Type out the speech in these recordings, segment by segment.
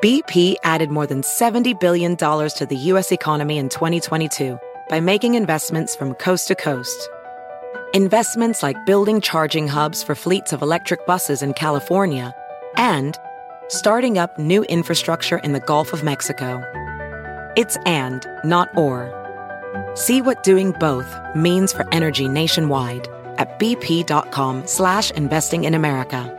BP added more than $70 billion to the U.S. economy in 2022 by making investments from coast to coast. Investments like building charging hubs for fleets of electric buses in California and starting up new infrastructure in the Gulf of Mexico. It's and, not or. See what doing both means for energy nationwide at bp.com/investing in America.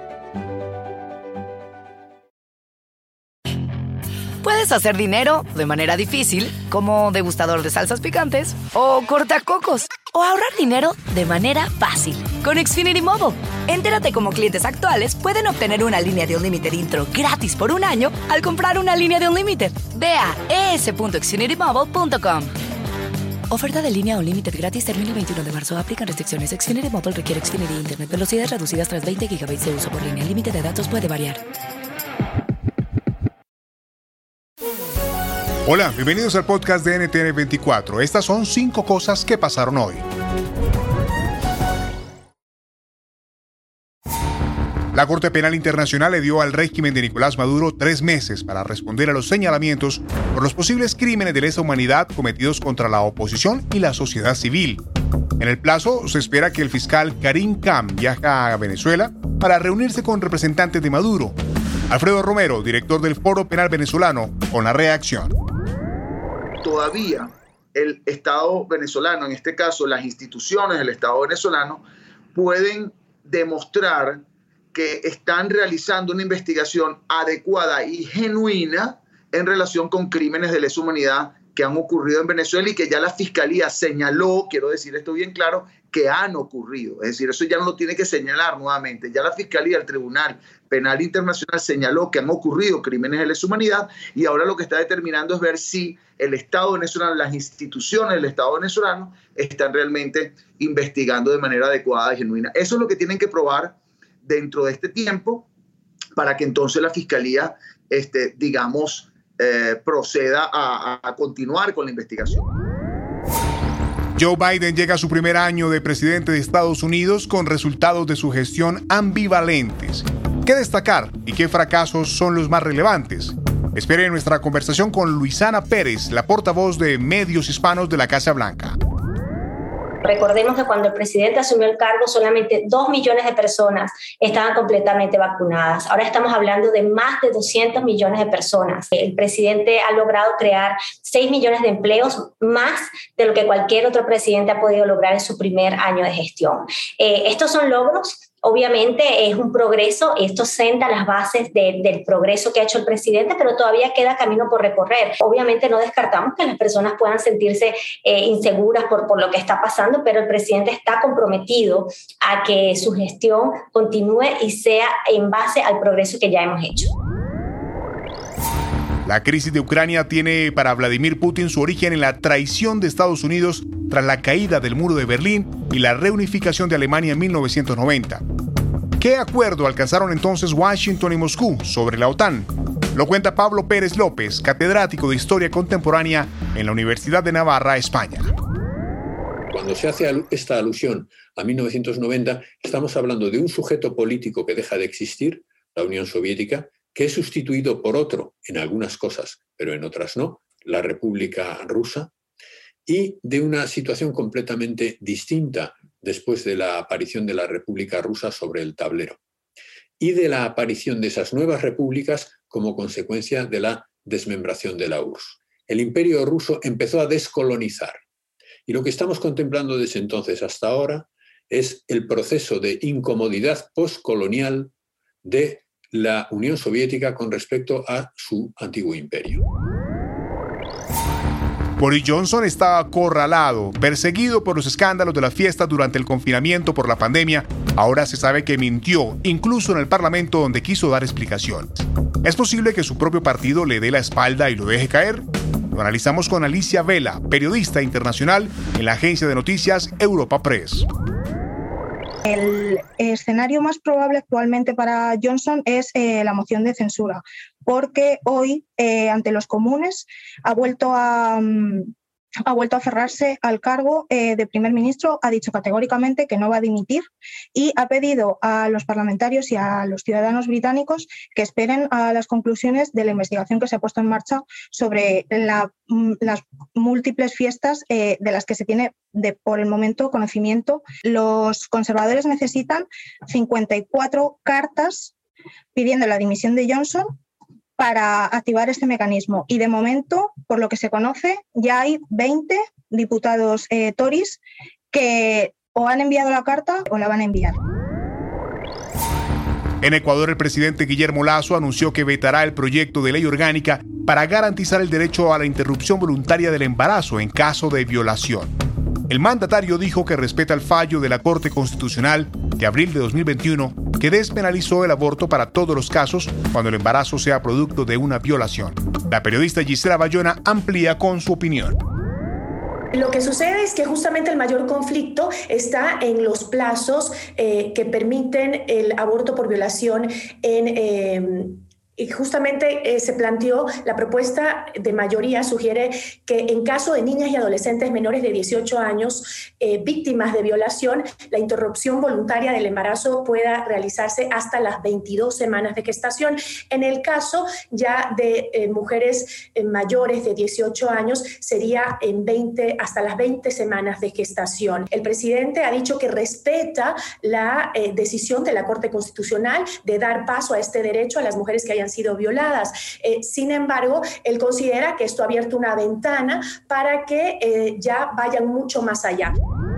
Puedes hacer dinero de manera difícil, como degustador de salsas picantes, o cortacocos, o ahorrar dinero de manera fácil con Xfinity Mobile. Entérate cómo clientes actuales pueden obtener una línea de Unlimited intro gratis por un año al comprar una línea de Unlimited. Ve a es.xfinitymobile.com. Oferta de línea Unlimited gratis termina el 21 de marzo. Aplican restricciones. Xfinity Mobile requiere Xfinity Internet. Velocidades reducidas tras 20 GB de uso por línea. El límite de datos puede variar. Hola, bienvenidos al podcast de NTN 24. Estas son 5 cosas que pasaron hoy. La Corte Penal Internacional le dio al régimen de Nicolás Maduro 3 meses para responder a los señalamientos por los posibles crímenes de lesa humanidad cometidos contra la oposición y la sociedad civil. En el plazo, se espera que el fiscal Karim Khan viaje a Venezuela para reunirse con representantes de Maduro. Alfredo Romero, director del Foro Penal Venezolano, con la reacción. Todavía el Estado venezolano, en este caso las instituciones del Estado venezolano, pueden demostrar que están realizando una investigación adecuada y genuina en relación con crímenes de lesa humanidad que han ocurrido en Venezuela y que ya la Fiscalía señaló, quiero decir esto bien claro, que han ocurrido. Es decir, eso ya no lo tiene que señalar nuevamente. Ya la Fiscalía, el Tribunal Penal Internacional señaló que han ocurrido crímenes de lesa humanidad y ahora lo que está determinando es ver si el Estado venezolano, las instituciones del Estado venezolano están realmente investigando de manera adecuada y genuina. Eso es lo que tienen que probar dentro de este tiempo para que entonces la Fiscalía, proceda a continuar con la investigación. Joe Biden llega a su primer año de presidente de Estados Unidos con resultados de su gestión ambivalentes. ¿Qué destacar y qué fracasos son los más relevantes? Espere nuestra conversación con Luisana Pérez, la portavoz de Medios Hispanos de la Casa Blanca. Recordemos que cuando el presidente asumió el cargo solamente 2 millones de personas estaban completamente vacunadas. Ahora estamos hablando de más de 200 millones de personas. El presidente ha logrado crear 6 millones de empleos, más de lo que cualquier otro presidente ha podido lograr en su primer año de gestión. Estos son logros. Obviamente es un progreso, esto senta las bases del progreso que ha hecho el presidente, pero todavía queda camino por recorrer. Obviamente no descartamos que las personas puedan sentirse inseguras por lo que está pasando, pero el presidente está comprometido a que su gestión continúe y sea en base al progreso que ya hemos hecho. La crisis de Ucrania tiene para Vladimir Putin su origen en la traición de Estados Unidos tras la caída del muro de Berlín y la reunificación de Alemania en 1990. ¿Qué acuerdo alcanzaron entonces Washington y Moscú sobre la OTAN? Lo cuenta Pablo Pérez López, catedrático de Historia Contemporánea en la Universidad de Navarra, España. Cuando se hace esta alusión a 1990, estamos hablando de un sujeto político que deja de existir, la Unión Soviética, que es sustituido por otro en algunas cosas, pero en otras no, la República Rusa, y de una situación completamente distinta después de la aparición de la República Rusa sobre el tablero, y de la aparición de esas nuevas repúblicas como consecuencia de la desmembración de la URSS. El Imperio ruso empezó a descolonizar, y lo que estamos contemplando desde entonces hasta ahora es el proceso de incomodidad postcolonial de la Unión Soviética con respecto a su antiguo imperio. Boris Johnson está acorralado, perseguido por los escándalos de las fiestas durante el confinamiento por la pandemia. Ahora se sabe que mintió, incluso en el Parlamento donde quiso dar explicaciones. ¿Es posible que su propio partido le dé la espalda y lo deje caer? Lo analizamos con Alicia Vela, periodista internacional en la agencia de noticias Europa Press. El escenario más probable actualmente para Johnson es la moción de censura, porque hoy, ante los comunes, ha vuelto a ha vuelto a aferrarse al cargo de primer ministro, ha dicho categóricamente que no va a dimitir y ha pedido a los parlamentarios y a los ciudadanos británicos que esperen a las conclusiones de la investigación que se ha puesto en marcha sobre las múltiples fiestas de las que se tiene por el momento conocimiento. Los conservadores necesitan 54 cartas pidiendo la dimisión de Johnson para activar este mecanismo. Y de momento, por lo que se conoce, ya hay 20 diputados Tories que o han enviado la carta o la van a enviar. En Ecuador, el presidente Guillermo Lasso anunció que vetará el proyecto de ley orgánica para garantizar el derecho a la interrupción voluntaria del embarazo en caso de violación. El mandatario dijo que respeta el fallo de la Corte Constitucional de abril de 2021 que despenalizó el aborto para todos los casos cuando el embarazo sea producto de una violación. La periodista Gisela Bayona amplía con su opinión. Lo que sucede es que justamente el mayor conflicto está en los plazos que permiten el aborto por violación y justamente se planteó, la propuesta de mayoría sugiere que en caso de niñas y adolescentes menores de 18 años víctimas de violación, la interrupción voluntaria del embarazo pueda realizarse hasta las 22 semanas de gestación. En el caso ya de mujeres mayores de 18 años, sería hasta las 20 semanas de gestación. El presidente ha dicho que respeta la decisión de la Corte Constitucional de dar paso a este derecho a las mujeres que hayan sido violadas. Sin embargo, él considera que esto ha abierto una ventana para que ya vayan mucho más allá.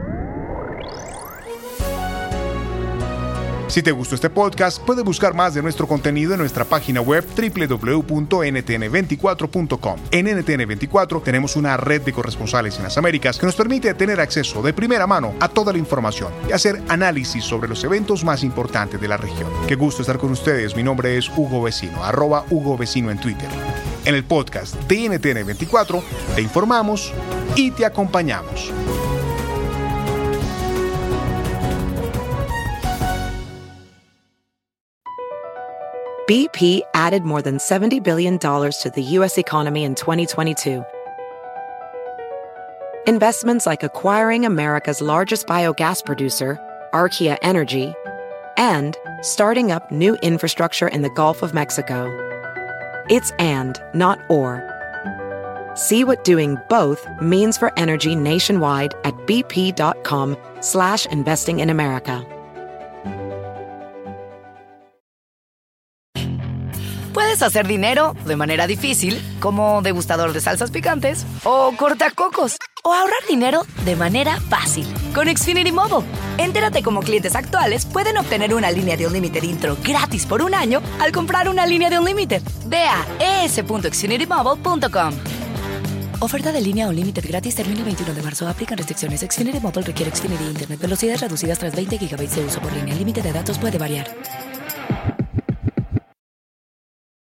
Si te gustó este podcast, puedes buscar más de nuestro contenido en nuestra página web www.ntn24.com. En NTN24 tenemos una red de corresponsales en las Américas que nos permite tener acceso de primera mano a toda la información y hacer análisis sobre los eventos más importantes de la región. Qué gusto estar con ustedes. Mi nombre es Hugo Vecino, @HugoVecino en Twitter. En el podcast de NTN24 te informamos y te acompañamos. BP added more than $70 billion to the U.S. economy in 2022. Investments like acquiring America's largest biogas producer, Archaea Energy, and starting up new infrastructure in the Gulf of Mexico. It's and, not or. See what doing both means for energy nationwide at bp.com/investing in America. Puedes hacer dinero de manera difícil, como degustador de salsas picantes, o cortacocos, o ahorrar dinero de manera fácil con Xfinity Mobile. Entérate cómo clientes actuales pueden obtener una línea de Unlimited intro gratis por un año al comprar una línea de Unlimited. Ve a es.xfinitymobile.com. Oferta de línea Unlimited gratis termina el 21 de marzo. Aplican restricciones. Xfinity Mobile requiere Xfinity Internet. Velocidades reducidas tras 20 GB de uso por línea. El límite de datos puede variar.